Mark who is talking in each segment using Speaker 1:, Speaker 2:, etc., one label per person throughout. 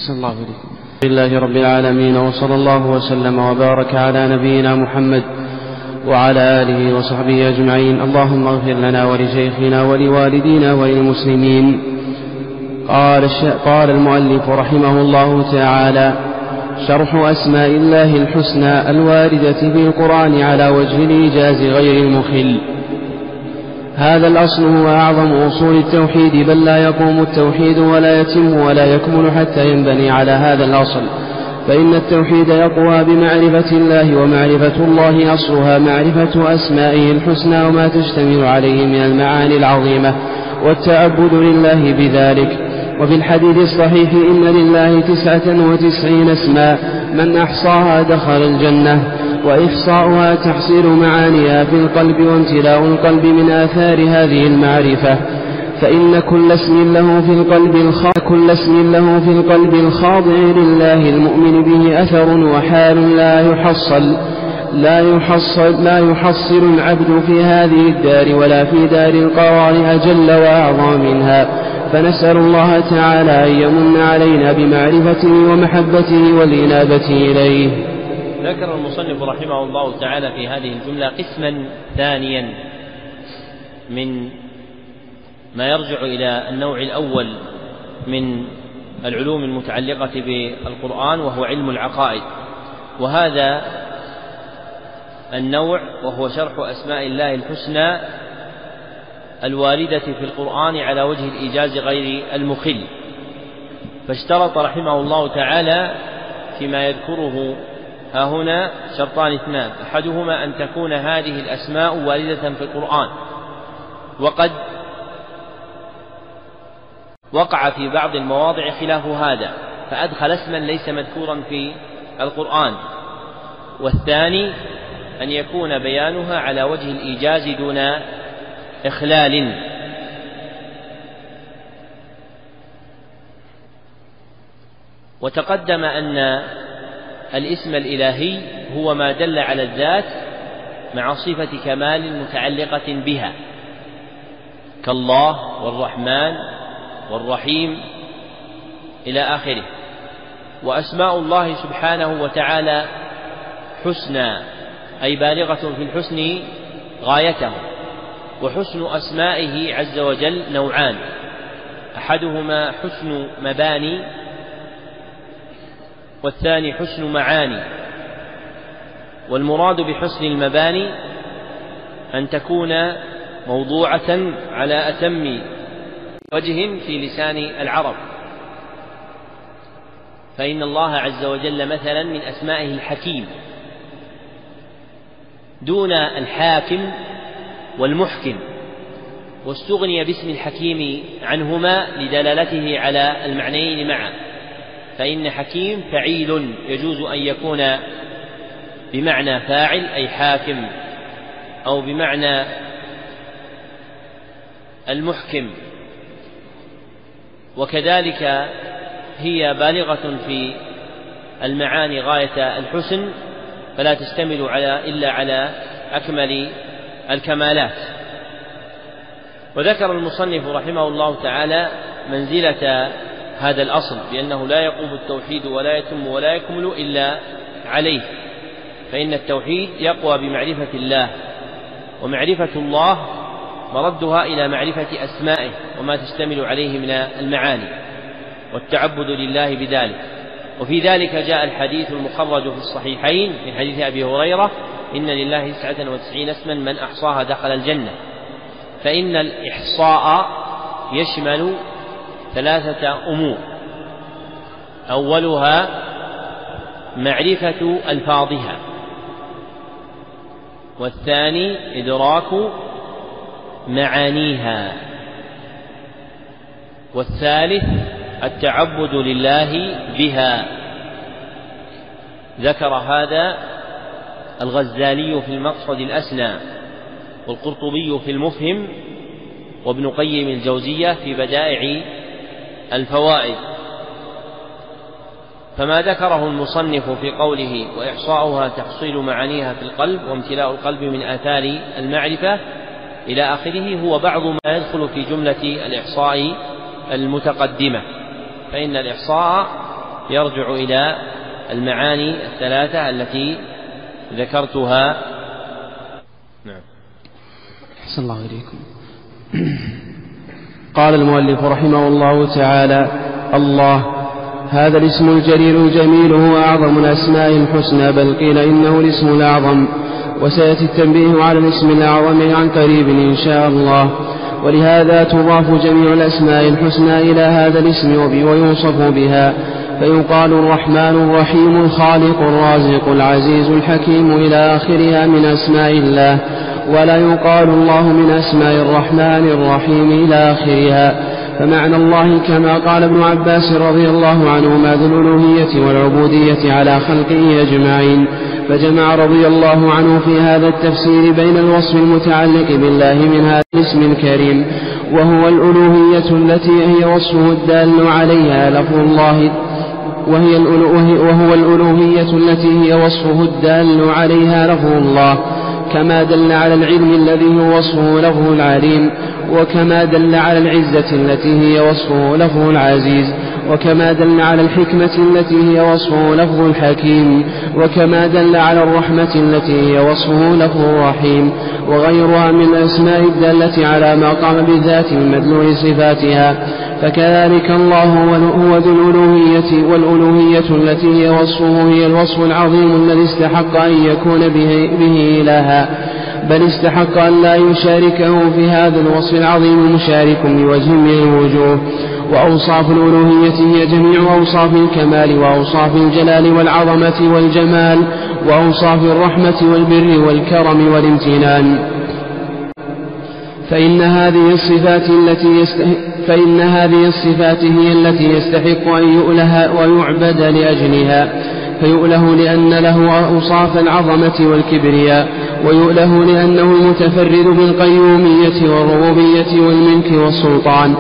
Speaker 1: أحسن الله إليكم. لله رب العالمين، وصلى الله وسلم وبارك على نبينا محمد وعلى آله وصحبه أجمعين. اللهم اغفر لنا ولشيخنا ولوالدينا وللمسلمين. قال المؤلف رحمه الله تعالى: شرح أسماء الله الحسنى الواردة في القرآن على وجه الإيجاز غير المخل. هذا الأصل هو أعظم أصول التوحيد، بل لا يقوم التوحيد ولا يتم ولا يكمل حتى ينبني على هذا الأصل، فإن التوحيد يقوى بمعرفة الله، ومعرفة الله أصلها معرفة أسمائه الحسنى وما تشتمل عليه من المعاني العظيمة، والتعبد لله بذلك. وفي الحديث الصحيح: إن لله 99 اسما من أحصاها دخل الجنة، وإحصاؤها تحصيل معانيها في القلب وامتلاء القلب من آثار هذه المعرفة، فإن كل اسم له في القلب الخاضع لله المؤمن به أثر وحال لا يحصل العبد في هذه الدار ولا في دار القرار أجل وأعظم منها. فنسأل الله تعالى أن يمن علينا بمعرفته ومحبته والإنابة إليه.
Speaker 2: ذكر المصنف رحمه الله تعالى في هذه الجملة قسما ثانيا من ما يرجع إلى النوع الأول من العلوم المتعلقة بالقرآن، وهو علم العقائد. وهذا النوع وهو شرح أسماء الله الحسنى الواردة في القرآن على وجه الإيجاز غير المخل. فاشترط رحمه الله تعالى فيما يذكره ها هنا شرطان اثنان: أحدهما أن تكون هذه الأسماء واردة في القرآن، وقد وقع في بعض المواضع خلاف هذا فأدخل اسما ليس مذكورا في القرآن. والثاني أن يكون بيانها على وجه الإيجاز دون إخلال. وتقدم أن الاسم الإلهي هو ما دل على الذات مع صفة كمال متعلقة بها، كالله والرحمن والرحيم إلى آخره. وأسماء الله سبحانه وتعالى حسنى، أي بالغة في الحسن غايته. وحسن أسمائه عز وجل نوعان: أحدهما حسن مباني، والثاني حسن معاني. والمراد بحسن المباني أن تكون موضوعة على أتم وجه في لسان العرب، فإن الله عز وجل مثلا من أسمائه الحكيم دون الحاكم والمحكم، واستغني باسم الحكيم عنهما لدلالته على المعنيين معا. فإن حكيم فعيل يجوز أن يكون بمعنى فاعل أي حاكم، أو بمعنى المحكم. وكذلك هي بالغة في المعاني غاية الحسن، فلا تشتمل إلا على أكمل الكمالات. وذكر المصنف رحمه الله تعالى منزلة هذا الأصل بأنه لا يقوم التوحيد ولا يتم ولا يكمل إلا عليه، فإن التوحيد يقوى بمعرفة الله، ومعرفة الله مردها إلى معرفة أسمائه وما تشتمل عليه من المعاني، والتعبد لله بذلك. وفي ذلك جاء الحديث المخرج في الصحيحين من حديث أبي هريرة: إن لله 99 اسما من أحصاها دخل الجنة. فإن الإحصاء يشمل 3 أمور: أولها معرفة ألفاظها، والثاني إدراك معانيها، والثالث التعبد لله بها. ذكر هذا الغزالي في المقصد الأسنى، والقرطبي في المفهم، وابن قيم الجوزية في بدائع الفوائد. فما ذكره المصنف في قوله: وإحصاؤها تحصيل معانيها في القلب وامتلاء القلب من آثار المعرفة إلى آخره، هو بعض ما يدخل في جملة الإحصاء المتقدمة. فإن الإحصاء يرجع إلى المعاني الثلاثة التي ذكرتها. نعم.
Speaker 1: أحسن الله إليكم. قال المؤلف رحمه الله تعالى: الله هذا الاسم الجليل الجميل هو أعظم الأسماء الحسنى، بل قيل إنه الاسم الأعظم، وسيأتي التنبيه على الاسم الأعظم عن قريب إن شاء الله. ولهذا تضاف جميع الأسماء الحسنى إلى هذا الاسم ويوصف بها، فيقال الرحمن الرحيم الخالق الرازق العزيز الحكيم إلى آخرها من أسماء الله، ولا يقال الله من أسماء الرحمن الرحيم إلى آخرها. فمعنى الله كما قال ابن عباس رضي الله عنهما ذو الألوهية والعبودية على خلقه أجمعين، فجمع رضي الله عنه في هذا التفسير بين الوصف المتعلق بالله من هذا الاسم الكريم، وهو الألوهية التي هي وصفه الدال عليها لفظ الله، وهو الألوهية التي هي وصفه الدال عليها لفظ الله، كما دل على العلم الذي هو وصفه لفظ العليم، وكما دل على العزة التي هي وصفه لفظ العزيز، وكما دل على الحكمة التي هي وصفه لفظ الحكيم، وكما دل على الرحمة التي هي وصفه لفظ الرحيم، وغيرها من الأسماء الدالة على ما قام بالذات من مدلول صفاتها. فكذلك الله هو ذو الألوهية، والألوهية التي هي وصفه هي الوصف العظيم الذي استحق أن يكون به إلها، بل استحق أن لا يشاركه في هذا الوصف العظيم مشارك بوجه من الوجوه. وأوصاف الألوهية هي جميع أوصاف الكمال، وأوصاف الجلال والعظمة والجمال، وأوصاف الرحمة والبر والكرم والامتنان. فإن هذه الصفات هي التي يستحق أن يؤله ويعبد لأجلها، فيؤله لأن له أوصاف العظمة والكبرياء، ويؤله لأنه المتفرد بالقيومية والربوبية والملك والسلطان،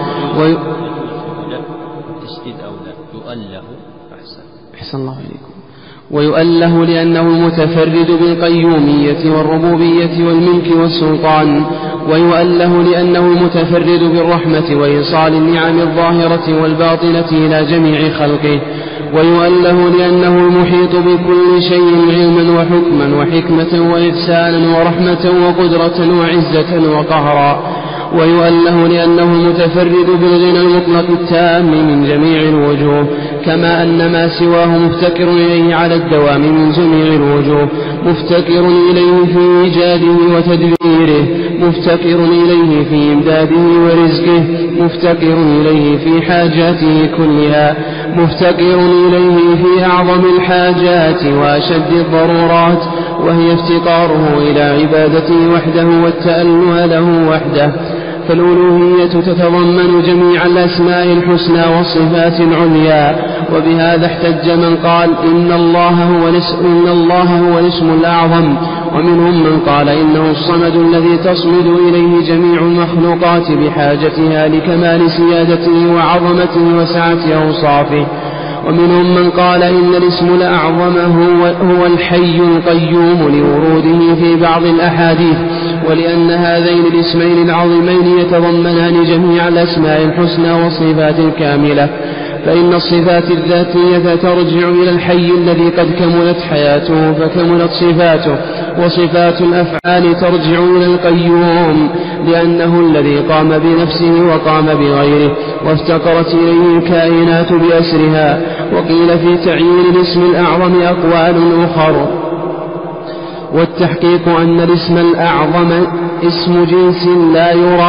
Speaker 1: ويؤله لأنه المتفرد بالقيومية والربوبية والملك والسلطان، ويؤله لأنه المتفرد بالرحمة وإيصال النعم الظاهرة والباطنة إلى جميع خلقه، ويؤله لأنه المحيط بكل شيء علما وحكما وحكمة وإحسانا ورحمة وقدرة وعزة وقهرا، ويؤله لأنه المتفرد بالغنى المطلق التام من جميع الوجوه، كما أن ما سواه مفتكر إليه على الدوام من جميع الوجوه، مفتكر إليه في إيجاده وتدبيره، مفتكر إليه في إمداده ورزقه، مفتكر إليه في حاجاته كلها، مفتكر إليه في أعظم الحاجات وأشد الضرورات، وهي افتقاره إلى عبادته وحده والتأله له وحده. فالألوهية تتضمن جميع الأسماء الحسنى والصفات العليا، وبهذا احتج من قال إن الله هو الاسم الأعظم، ومنهم من قال إنه الصمد الذي تصمد إليه جميع المخلوقات بحاجتها لكمال سيادته وعظمته وسعة أوصافه، ومنهم من قال إن الاسم الأعظم هو الحي القيوم لوروده في بعض الأحاديث، ولأن هذين الاسمين العظيمين يتضمنان جميع الأسماء الحسنى والصفات الكاملة، فإن الصفات الذاتية ترجع إلى الحي الذي قد كملت حياته فكملت صفاته، وصفات الأفعال ترجع إلى القيوم لأنه الذي قام بنفسه وقام بغيره، وافتقرت إليه الكائنات بأسرها. وقيل في تعيين الاسم الأعظم أقوال أخر، والتحقيق أن الاسم الأعظم اسم جنس لا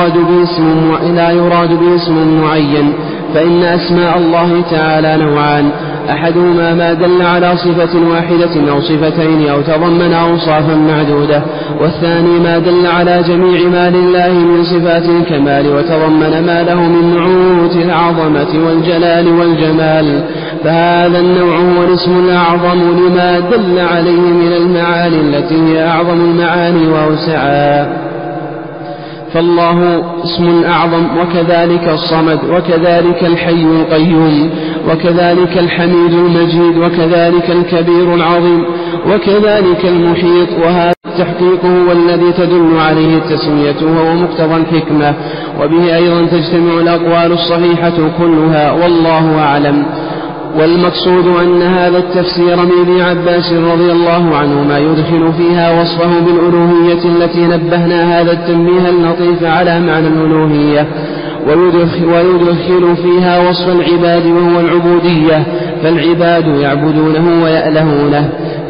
Speaker 1: يراد باسم معين، فإن أسماء الله تعالى نوعان، أحدهما ما دل على صفة واحدة أو صفتين أو تضمن أوصافا معدودة، والثاني ما دل على جميع ما لله من صفات الكمال وتضمن ما له من نعوت العظمة والجلال والجمال، فهذا النوع هو الاسم الأعظم لما دل عليه من المعاني التي هي أعظم المعاني وأوسعها. فالله اسم أعظم، وكذلك الصمد، وكذلك الحي القيوم، وكذلك الحميد المجيد، وكذلك الكبير العظيم، وكذلك المحيط. وهذا التحقيق هو الذي تدل عليه التسمية وهو مقتضى الحكمة، وبه أيضا تجتمع الأقوال الصحيحة كلها، والله أعلم. والمقصود أن هذا التفسير من ابن عباس رضي الله عنهما يدخل فيها وصفه بالألوهية التي نبهنا هذا التنبيه اللطيف على معنى الألوهية، ويدخل فيها وصف العباد وهو العبودية، فالعباد يعبدونه ويألهونه،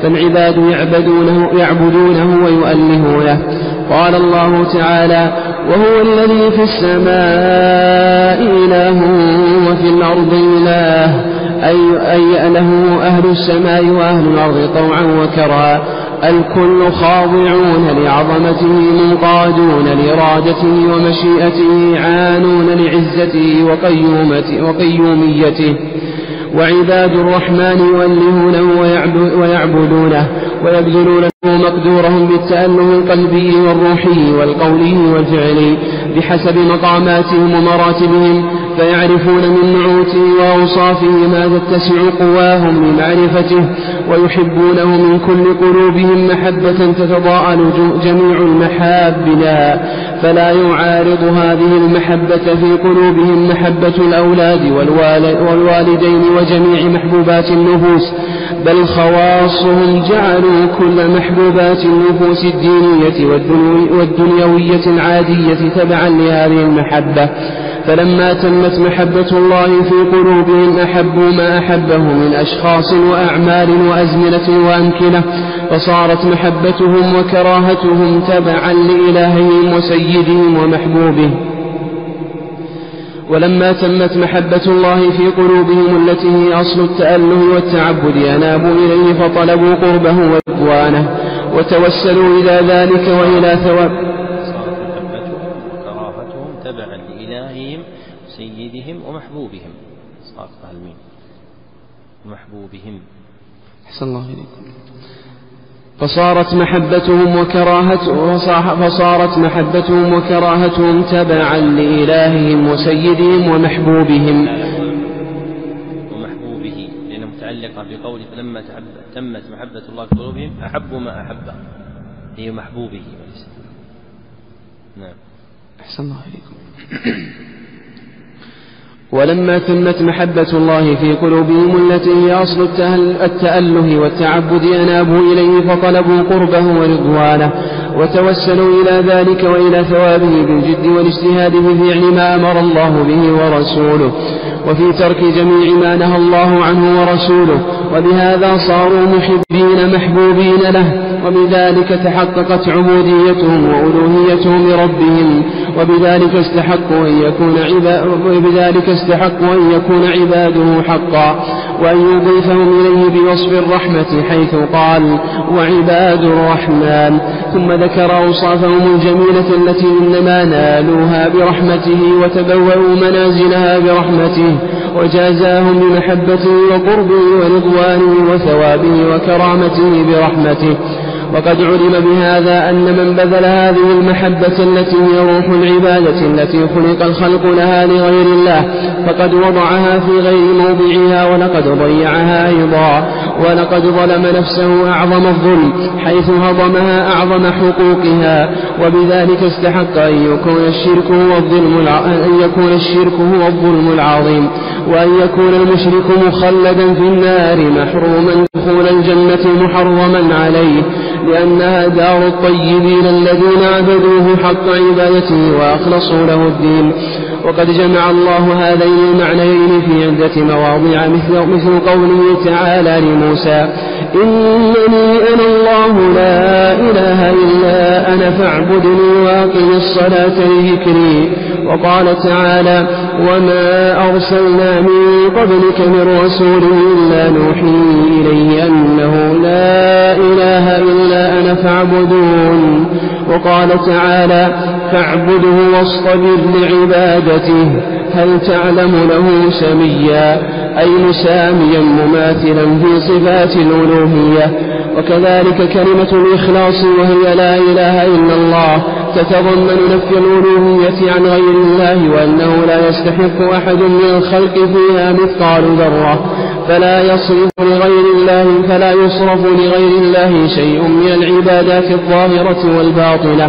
Speaker 1: يعبدونه ويؤلهونه. قال الله تعالى: وهو الذي في السماء إله وفي الأرض إله، أي له أهل السماء وأهل الأرض طوعا وكرها، الكل خاضعون لعظمته منقادون لإرادته ومشيئته عانون لعزته وقيوميته. وعباد الرحمن يؤلهونه ويعبدونه ويبذلون له مقدورهم بالتأله القلبي والروحي والقولي والفعلي بحسب مقاماتهم ومراتبهم، فيعرفون من نعوته وأوصافه ما تتسع قواهم لمعرفته، ويحبونه من كل قلوبهم محبة تتضاءل جميع المحاب لها، فلا يعارض هذه المحبة في قلوبهم محبة الأولاد والوالدين وجميع محبوبات النفوس، بل خواصهم جعلوا كل محبوبات النفوس الدينية والدنيوية العادية تبعا لهذه المحبة. فلما تمت محبة الله في قلوبهم أحبوا ما أحبه من أشخاص وأعمال وأزمنة وأمكنة، فصارت محبتهم وكراهتهم تبعا لإلههم وسيدهم ومحبوبه. ولما تمت محبة الله في قلوبهم التي هي أصل التأله والتعبد أنابوا إليه فطلبوا قربه ورضوانه وتوسلوا إلى ذلك وإلى ثواب.
Speaker 2: تبعا لإلههم سيدهم ومحبوبهم. ومحبوبهم.
Speaker 1: أحسن الله إليكم. فصارت محبتهم وكراهتهم تبعا لإلههم وسيدهم ومحبوبهم.
Speaker 2: ومحبوبه لأنه متعلقة بقوله فلما تمت محبة الله في قلوبهم أحبوا ما أحبه، هي محبوبه. نعم.
Speaker 1: أحسن الله إليكم. ولما تمت محبة الله في قلوبهم التي هي أصل التأله والتعبد أنابوا إليه فطلبوا قربه ورضوانه وتوسلوا إلى ذلك وإلى ثوابه بالجد والاجتهاد في فعل ما أمر الله به ورسوله وفي ترك جميع ما نهى الله عنه ورسوله، وبهذا صاروا محبين محبوبين له، وبذلك تحققت عبوديتهم وألوهيتهم لربهم، وبذلك استحقوا أن يكون عباده حقا، وأن يضيفهم إليه بوصف الرحمة حيث قال وعباد الرحمن، ثم ذكر أوصافهم الجميلة التي إنما نالوها برحمته وتبوأوا منازلها برحمته، وجازاهم بمحبته وقربه ورضوانه وثوابه وكرامته برحمته. وقد علم بهذا أن من بذل هذه المحبة التي هي روح العبادة التي خلق الخلق لها لغير الله فقد وضعها في غير موضعها ولقد ضيعها أيضا، ولقد ظلم نفسه أعظم الظلم حيث هضمها أعظم حقوقها، وبذلك استحق أن يكون الشرك هو الظلم العظيم، وأن يكون المشرك مخلدا في النار محروما دخول الجنة محرما عليه، لأنها دار الطيبين الذين عبدوه حق عبادته وأخلصوا له الدين. وقد جمع الله هذين المعنيين في عدة مواضع مثل قوله تعالى لموسى إنني أنا الله لا إله إلا أنا فاعبدني وأقم الصلاة لذكري، وقال تعالى وما أرسلنا من قبلك من رسول إلا نوحي إليه أنه لا إله إلا أنا فاعبدون، وقال تعالى فاعبده واصطبر لعبادته هل تعلم له سميا، أي مساميا مماثلا في صفات الألوهية. وكذلك كلمة الإخلاص وهي لا إله إلا الله تتضمن نفي الألوهية عن غير الله، وأنه لا يستحق أحد من الخلق فيها مثقال ذرة، فلا يصرف لغير الله شيء من العبادات الظاهرة والباطنة،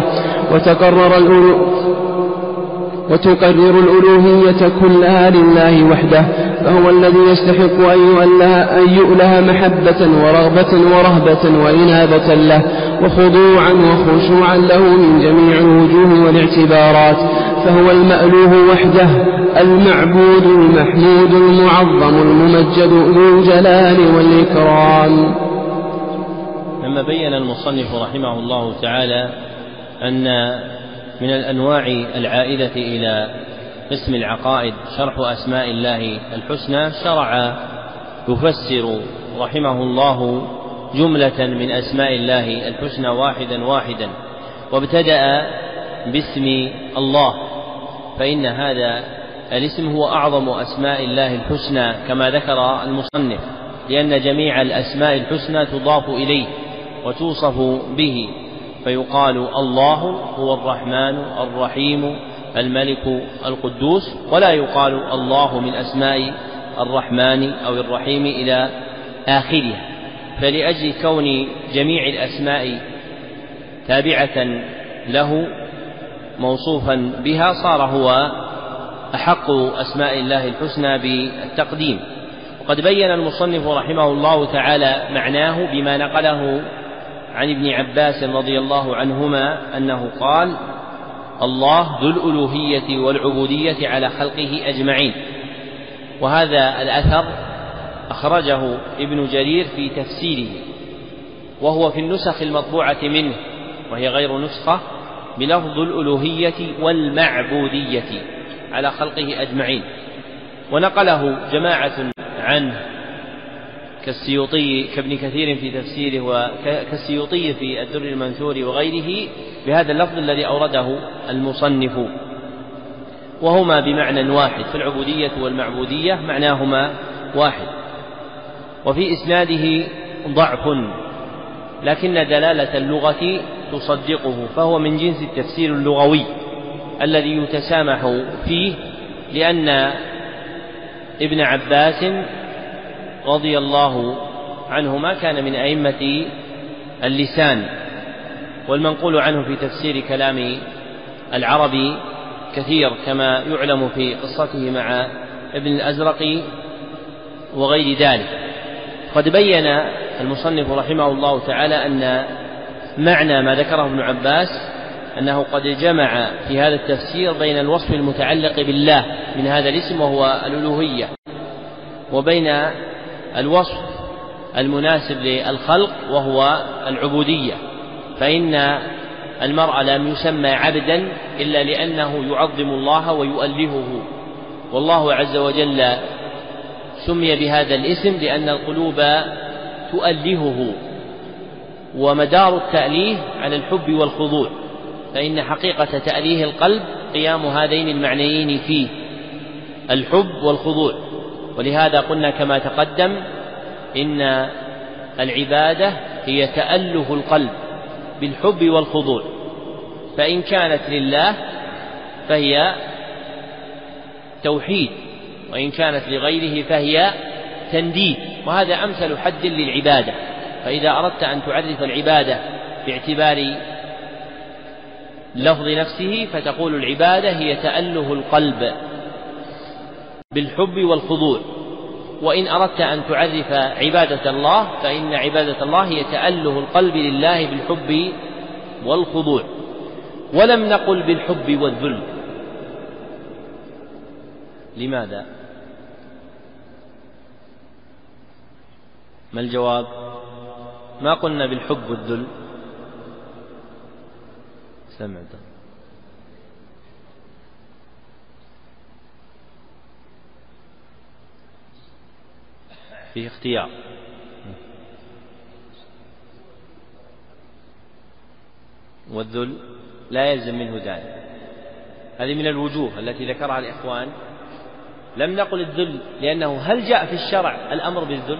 Speaker 1: وتقرر الألوهية كلها لله وحده، فهو الذي يستحق أن يؤله محبة ورغبة ورهبة وإنابة له وخضوعا وخشوعا له من جميع الوجوه والاعتبارات، فهو المألوه وحده المعبود المحمود المعظم الممجد ذو الجلال والإكرام.
Speaker 2: لما بين المصنف رحمه الله تعالى أن من الأنواع العائدة إلى قسم العقائد شرح أسماء الله الحسنى، شرع يفسر رحمه الله جملة من أسماء الله الحسنى واحدا واحدا، وابتدأ باسم الله، فإن هذا الاسم هو أعظم أسماء الله الحسنى كما ذكر المصنف، لأن جميع الأسماء الحسنى تضاف إليه وتوصف به، فيقال الله هو الرحمن الرحيم الملك القدوس، ولا يقال الله من أسماء الرحمن أو الرحيم إلى آخرها. فلأجل كون جميع الأسماء تابعة له موصوفا بها صار هو أحق أسماء الله الحسنى بالتقديم. وقد بين المصنف رحمه الله تعالى معناه بما نقله عن ابن عباس رضي الله عنهما أنه قال: الله ذو الألوهية والعبودية على خلقه أجمعين. وهذا الأثر أخرجه ابن جرير في تفسيره، وهو في النسخ المطبوعة منه، وهي غير نسخة، بلفظ الألوهية والمعبودية على خلقه أجمعين. ونقله جماعة عنه كالسيوطي كابن كثير في تفسيره وكالسيوطي في الدر المنثور وغيره بهذا اللفظ الذي أورده المصنف، وهما بمعنى واحد، فالعبودية والمعبودية معناهما واحد. وفي إسناده ضعف، لكن دلالة اللغة تصدقه، فهو من جنس التفسير اللغوي الذي يتسامح فيه، لأن ابن عباس رضي الله عنهما كان من أئمة اللسان، والمنقول عنه في تفسير كلام العربي كثير كما يعلم في قصته مع ابن الأزرق وغير ذلك. قد بين المصنف رحمه الله تعالى أن معنى ما ذكره ابن عباس أنه قد جمع في هذا التفسير بين الوصف المتعلق بالله من هذا الاسم وهو الألوهية، وبين الوصف المناسب للخلق وهو العبودية، فإن المرء لم يسمى عبدا إلا لأنه يعظم الله ويؤلهه، والله عز وجل سمي بهذا الاسم لأن القلوب تؤلهه، ومدار التأليه على الحب والخضوع، فإن حقيقة تأليه القلب قيام هذين المعنيين فيه، الحب والخضوع. ولهذا قلنا كما تقدم إن العبادة هي تأله القلب بالحب والخضوع، فإن كانت لله فهي توحيد، وإن كانت لغيره فهي تنديد، وهذا أمثل حد للعبادة. فإذا أردت أن تعرف العبادة باعتبار لفظ نفسه فتقول العبادة هي تأله القلب بالحب والخضوع، وإن أردت أن تعرف عبادة الله فإن عبادة الله هي تأله القلب لله بالحب والخضوع. ولم نقل بالحب والذل. لماذا؟ ما الجواب؟ ما قلنا بالحب والذل. سمعت فيه اختيار. والذل لا يلزم منه ذلك. هذه من الوجوه التي ذكرها الإخوان. لم نقل الذل لأنه هل جاء في الشرع الأمر بالذل؟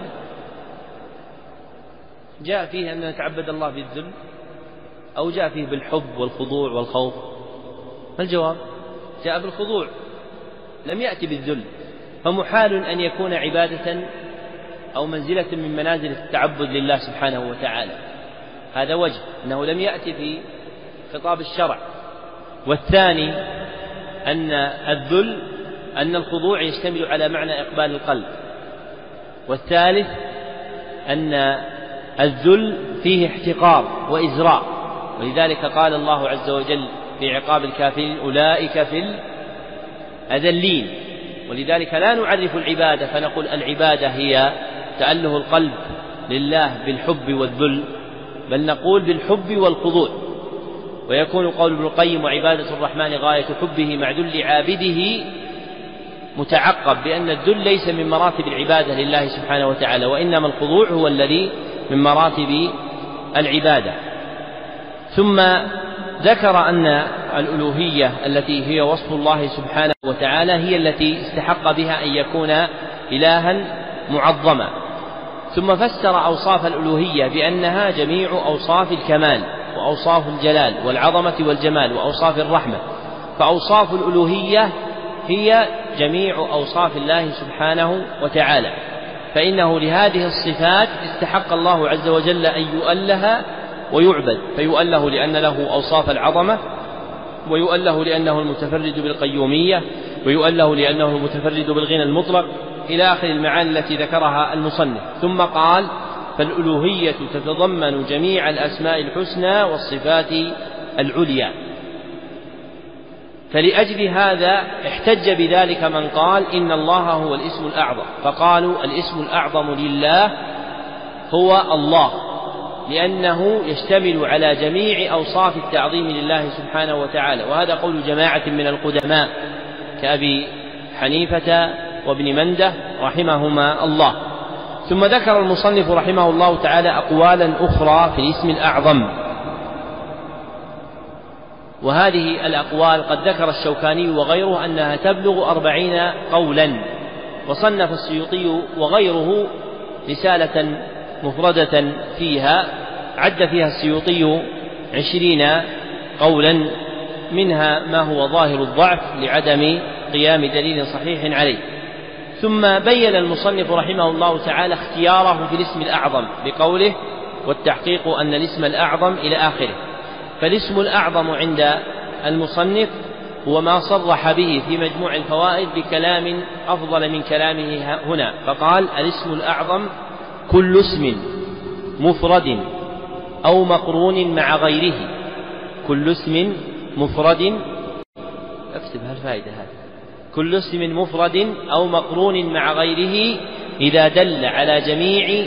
Speaker 2: جاء فيه أن نتعبد الله بالذل، أو جاء فيه بالحب والخضوع والخوف؟ ما الجواب؟ جاء بالخضوع، لم يأتي بالذل، فمحال أن يكون عبادة أو منزلة من منازل التعبد لله سبحانه وتعالى. هذا وجه أنه لم يأتي في خطاب الشرع. والثاني أن الذل أن الخضوع يشتمل على معنى إقبال القلب. والثالث أن الذل فيه احتقار وإزراء، ولذلك قال الله عز وجل في عقاب الكافرين أولئك في الأذلين. ولذلك لا نعرف العبادة فنقول العبادة هي تأله القلب لله بالحب والذل، بل نقول بالحب والخضوع. ويكون قول ابن القيم وعبادة الرحمن غاية حبه مع ذل عابده متعقب بأن الذل ليس من مراتب العبادة لله سبحانه وتعالى، وإنما الخضوع هو الذي من مراتب العبادة. ثم ذكر أن الألوهية التي هي وصف الله سبحانه وتعالى هي التي استحق بها أن يكون إلها معظما. ثم فسر أوصاف الألوهية بأنها جميع أوصاف الكمال وأوصاف الجلال والعظمة والجمال وأوصاف الرحمة، فأوصاف الألوهية هي جميع أوصاف الله سبحانه وتعالى، فإنه لهذه الصفات استحق الله عز وجل أن يؤله ويعبد، فيؤله لأن له أوصاف العظمة، ويؤله لأنه المتفرد بالقيومية، ويؤله لأنه المتفرد بالغنى المطلق، إلى آخر المعاني التي ذكرها المصنف. ثم قال: فالألوهية تتضمن جميع الأسماء الحسنى والصفات العليا. فلأجل هذا احتج بذلك من قال إن الله هو الاسم الأعظم، فقالوا الاسم الأعظم لله هو الله، لأنه يشتمل على جميع أوصاف التعظيم لله سبحانه وتعالى. وهذا قول جماعة من القدماء كأبي حنيفة وابن منده رحمهما الله. ثم ذكر المصنف رحمه الله تعالى أقوالا أخرى في الاسم الأعظم، وهذه الأقوال قد ذكر الشوكاني وغيره أنها تبلغ 40 قولا، وصنف السيوطي وغيره رسالة مفردة فيها عد فيها السيوطي 20 قولا، منها ما هو ظاهر الضعف لعدم قيام دليل صحيح عليه. ثم بين المصنف رحمه الله تعالى اختياره في الاسم الأعظم بقوله: والتحقيق أن الاسم الأعظم إلى آخره. فالاسم الأعظم عند المصنف هو ما صرح به في مجموع الفوائد بكلام أفضل من كلامه هنا، فقال: الاسم الأعظم كل اسم مفرد أو مقرون مع غيره، كل اسم مفرد، اكتب هالفائدة هذه، كل اسم مفرد أو مقرون مع غيره إذا دل على جميع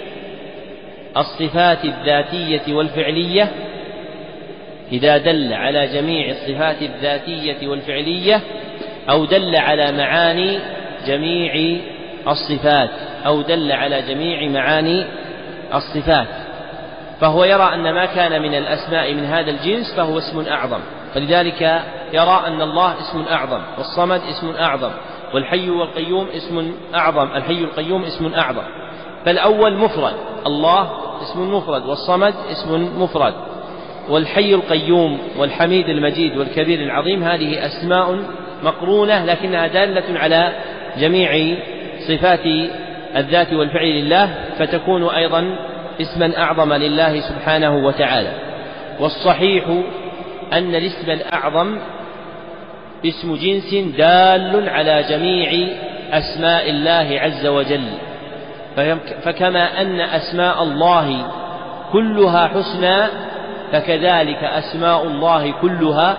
Speaker 2: الصفات الذاتية والفعلية، إذا دل على جميع الصفات الذاتية والفعلية، أو دل على معاني جميع الصفات، أو دل على جميع معاني الصفات. فهو يرى أن ما كان من الأسماء من هذا الجنس فهو اسم أعظم، فلذلك يرى أن الله اسم أعظم، والصمد اسم أعظم، والحي والقيوم اسم أعظم، الحي القيوم اسم أعظم. فالأول مفرد، الله اسم مفرد، والصمد اسم مفرد، والحي القيوم والحميد المجيد والكبير العظيم هذه أسماء مقرونة لكنها دالة على جميع صفات الذات والفعل لله، فتكون أيضا اسما أعظم لله سبحانه وتعالى. والصحيح أن الاسم الأعظم اسم جنس دال على جميع أسماء الله عز وجل، فكما أن أسماء الله كلها حسنى فكذلك أسماء الله كلها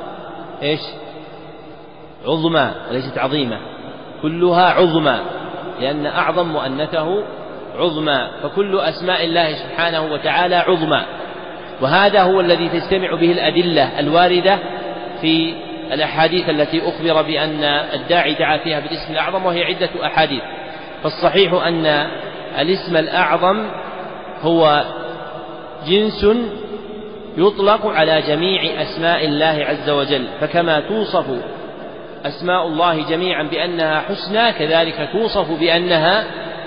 Speaker 2: عظمى وليست عظيمة، كلها عظمى، لأن أعظم مؤنثه عظمى، فكل أسماء الله سبحانه وتعالى عظمى. وهذا هو الذي تجتمع به الأدلة الواردة في الأحاديث التي أخبر بأن الداعي دعا فيها بالاسم الأعظم، وهي عدة أحاديث. فالصحيح أن الاسم الأعظم هو جنس يطلق على جميع أسماء الله عز وجل، فكما توصف أسماء الله جميعا بأنها حسنى كذلك توصف بأنها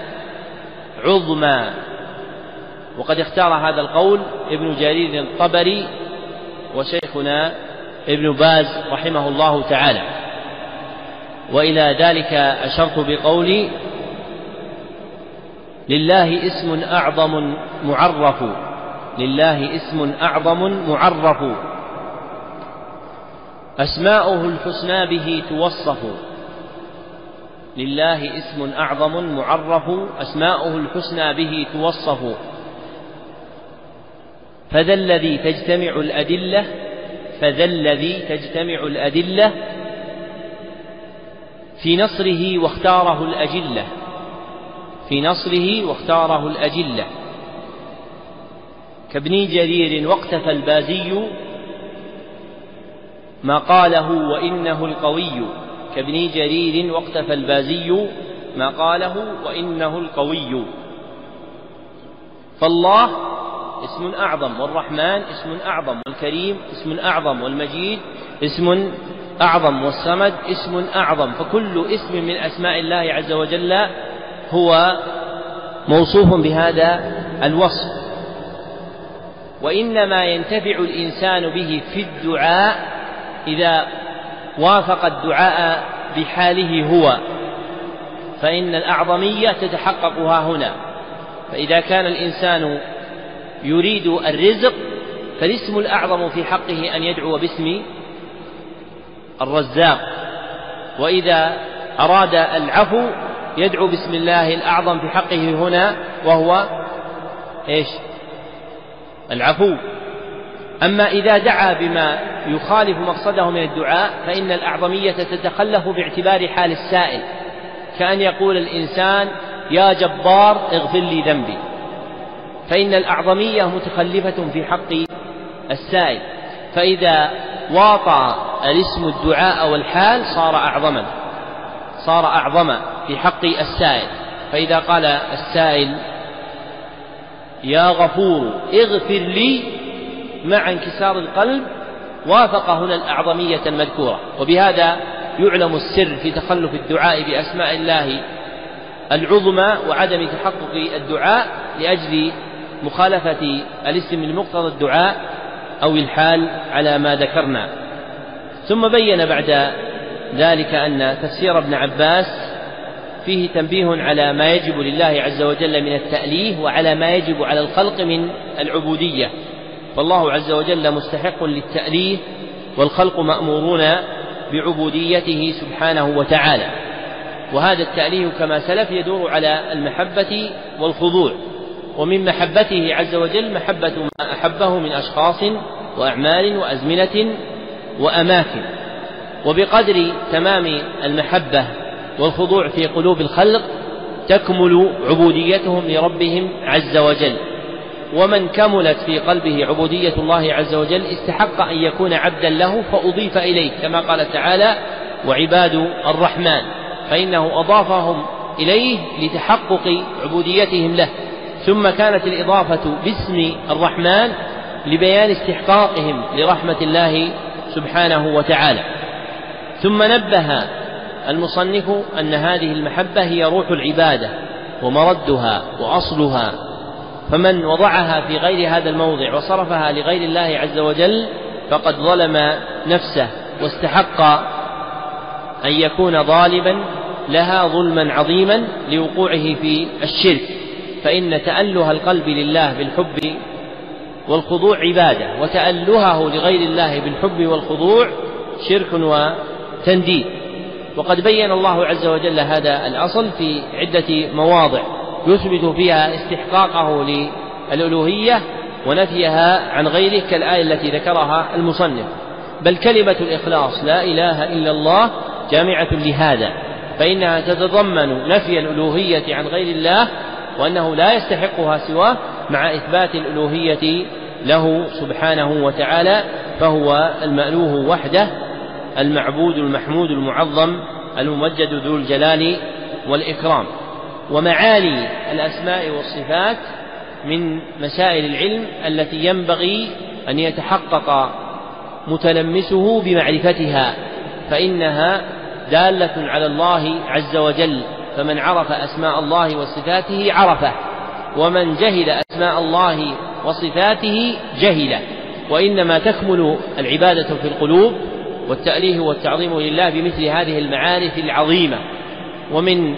Speaker 2: عظمى. وقد اختار هذا القول ابن جرير الطبري وشيخنا ابن باز رحمه الله تعالى. وإلى ذلك أشرت بقولي: لله اسم أعظم معرف، لله اسم أعظم معرف، أسماؤه الحسنى به توصف، لله اسم أعظم معرف أسماؤه الحسنى به توصف، فذا الذي تجتمع الأدلة في نصره واختاره الأجلة كابن جرير واقتفى البازي ما قاله وإنه القوي. فالله اسم أعظم، والرحمن اسم أعظم، والكريم اسم أعظم، والمجيد اسم أعظم، والصمد اسم أعظم، فكل اسم من أسماء الله عز وجل هو موصوف بهذا الوصف. وإنما ينتفع الإنسان به في الدعاء إذا وافق الدعاء بحاله هو، فإن الأعظمية تتحققها هنا. فإذا كان الإنسان يريد الرزق فالاسم الأعظم في حقه أن يدعو باسم الرزاق، وإذا أراد العفو يدعو باسم الله الأعظم في حقه هنا وهو العفو. أما إذا دعا بما يخالف مقصده من الدعاء فإن الأعظمية تتخلف باعتبار حال السائل، كأن يقول الإنسان يا جبار اغفر لي ذنبي، فإن الأعظمية متخلفة في حق السائل. فإذا واطأ الاسم الدعاء والحال صار أعظم في حق السائل. فإذا قال السائل يا غفور اغفر لي مع انكسار القلب وافق هنا الأعظمية المذكورة. وبهذا يعلم السر في تخلف الدعاء بأسماء الله العظمى وعدم تحقق الدعاء لأجل مخالفة الاسم لمقتضى الدعاء أو الحال على ما ذكرنا. ثم بين بعد ذلك أن تفسير ابن عباس فيه تنبيه على ما يجب لله عز وجل من التأليه وعلى ما يجب على الخلق من العبودية، فالله عز وجل مستحق للتأليه والخلق مأمورون بعبوديته سبحانه وتعالى. وهذا التأليه كما سلف يدور على المحبة والخضوع، ومن محبته عز وجل محبة ما أحبه من أشخاص وأعمال وأزمنة وأماكن. وبقدر تمام المحبة والخضوع في قلوب الخلق تكمل عبوديتهم لربهم عز وجل. ومن كملت في قلبه عبودية الله عز وجل استحق أن يكون عبدا له فأضيف إليه، كما قال تعالى وعباد الرحمن، فإنه أضافهم إليه لتحقق عبوديتهم له. ثم كانت الإضافة باسم الرحمن لبيان استحقاقهم لرحمة الله سبحانه وتعالى. ثم نبه المصنف أن هذه المحبة هي روح العبادة ومردها وأصلها، فمن وضعها في غير هذا الموضع وصرفها لغير الله عز وجل فقد ظلم نفسه واستحق أن يكون ظالما لها ظلما عظيما لوقوعه في الشرك. فإن تأله القلب لله بالحب والخضوع عبادة، وتألهه لغير الله بالحب والخضوع شرك وتنديد. وقد بين الله عز وجل هذا الأصل في عدة مواضع يثبت فيها استحقاقه للألوهية ونفيها عن غيره، كالآية التي ذكرها المصنف. بل كلمة الإخلاص لا إله إلا الله جامعة لهذا، فإنها تتضمن نفي الألوهية عن غير الله وأنه لا يستحقها سواه، مع إثبات الألوهية له سبحانه وتعالى، فهو المألوه وحده المعبود المحمود المعظم الممجد ذو الجلال والإكرام. ومعاني الأسماء والصفات من مسائل العلم التي ينبغي أن يتحقق متلمسه بمعرفتها، فإنها دالة على الله عز وجل، فمن عرف أسماء الله وصفاته عرفه، ومن جهل أسماء الله وصفاته جهله. وإنما تكمل العبادة في القلوب والتأليه والتعظيم لله بمثل هذه المعارف العظيمة. ومن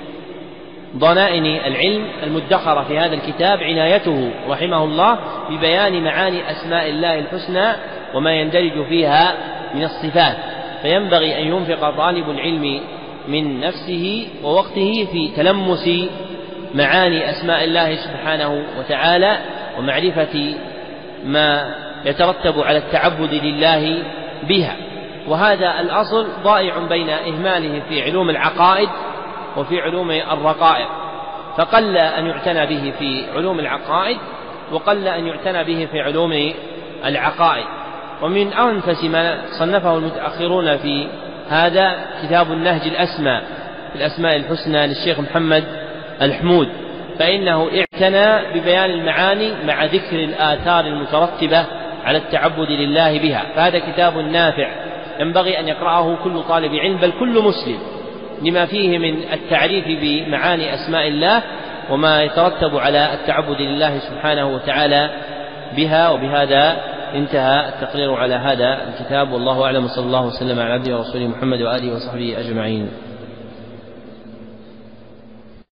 Speaker 2: ضنائن العلم المدخرة في هذا الكتاب عنايته رحمه الله ببيان معاني أسماء الله الحسنى وما يندرج فيها من الصفات، فينبغي أن ينفق طالب العلم من نفسه ووقته في تلمس معاني أسماء الله سبحانه وتعالى ومعرفة ما يترتب على التعبد لله بها. وهذا الأصل ضائع بين إهماله في علوم العقائد وفي علوم الرقائق، فقل أن يعتنى به في علوم العقائد وقل أن يعتنى به في علوم العقائد. ومن أنفس ما صنفه المتأخرون في هذا كتاب النهج الأسمى في الأسماء الحسنى للشيخ محمد الحمود، فإنه اعتنى ببيان المعاني مع ذكر الآثار المترتبة على التعبد لله بها، فهذا كتاب نافع ينبغي أن يقرأه كل طالب علم بل كل مسلم، لما فيه من التعريف بمعاني أسماء الله وما يترتب على التعبد لله سبحانه وتعالى بها. وبهذا انتهى التقرير على هذا الكتاب، والله أعلم، صلى الله وسلم على عبده ورسوله محمد وآله وصحبه أجمعين.